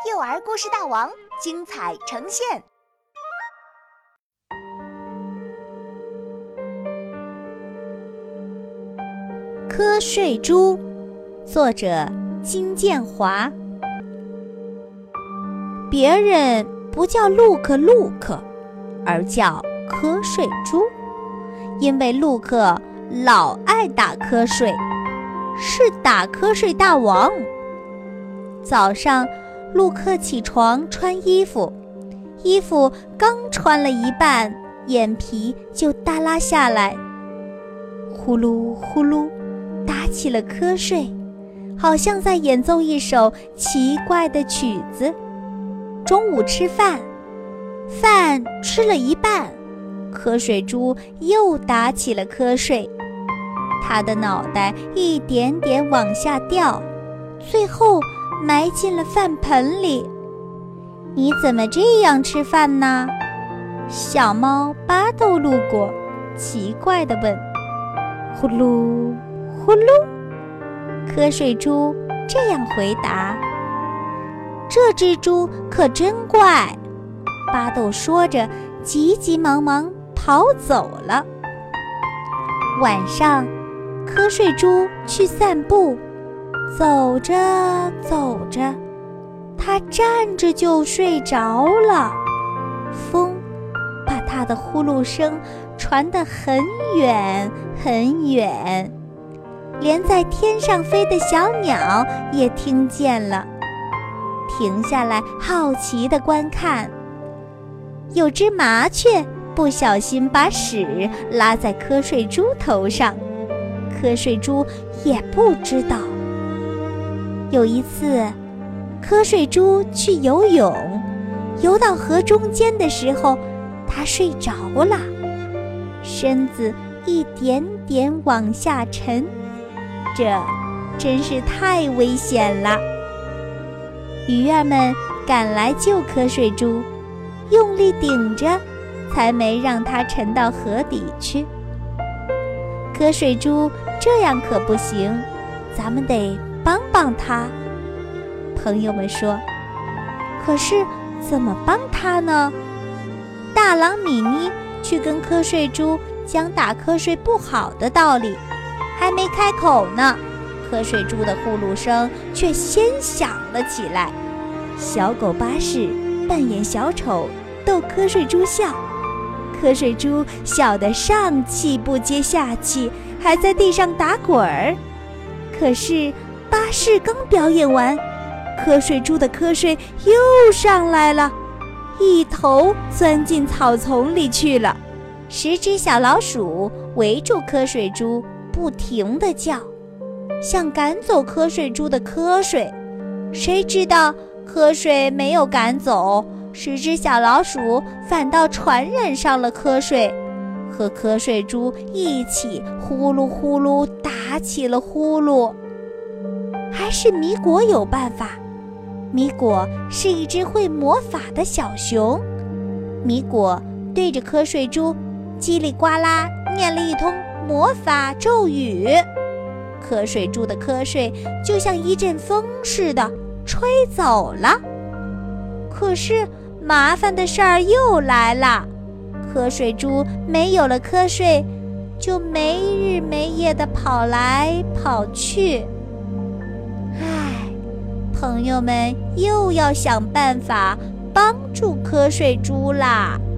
幼儿故事大王精彩呈现。 瞌睡猪，作者金建华。别人不叫陆克，而叫瞌睡猪，因为陆克老爱打瞌睡，是打瞌睡大王。早上，陆克起床穿衣服，衣服刚穿了一半，眼皮就耷拉下来，呼噜呼噜打起了瞌睡，好像在演奏一首奇怪的曲子。中午吃饭，饭吃了一半，瞌睡猪又打起了瞌睡，他的脑袋一点点往下掉，最后埋进了饭盆里。你怎么这样吃饭呢？小猫巴豆路过，奇怪地问。呼噜呼噜，瞌睡猪这样回答。这只猪可真怪，巴豆说着急急忙忙跑走了。晚上，瞌睡猪去散步，走着走着，他站着就睡着了。风把他的呼噜声传得很远很远，连在天上飞的小鸟也听见了，停下来好奇地观看。有只麻雀不小心把屎拉在瞌睡猪头上，瞌睡猪也不知道。有一次，瞌睡猪去游泳，游到河中间的时候，它睡着了，身子一点点往下沉，这真是太危险了。鱼儿们赶来救瞌睡猪，用力顶着，才没让它沉到河底去。瞌睡猪这样可不行，咱们得帮帮它。朋友们说，可是怎么帮它呢？大狼米妮去跟瞌睡猪讲打瞌睡不好的道理，还没开口呢，瞌睡猪的呼噜声却先响了起来。小狗巴士扮演小丑逗瞌睡猪笑，瞌睡猪笑得上气不接下气，还在地上打滚儿。可是巴士刚表演完，瞌睡猪的瞌睡又上来了，一头钻进草丛里去了。10只小老鼠围住瞌睡猪，不停地叫，想赶走瞌睡猪的瞌睡。谁知道瞌睡没有赶走，10只小老鼠反倒传染上了瞌睡，和瞌睡猪一起呼噜呼噜打起了呼噜。还是米果有办法。米果是一只会魔法的小熊，米果对着瞌睡猪叽里呱啦念了一通魔法咒语，瞌睡猪的瞌睡就像一阵风似的吹走了。可是麻烦的事儿又来了，瞌睡猪没有了瞌睡，就没日没夜地跑来跑去。朋友们又要想办法帮助瞌睡猪啦。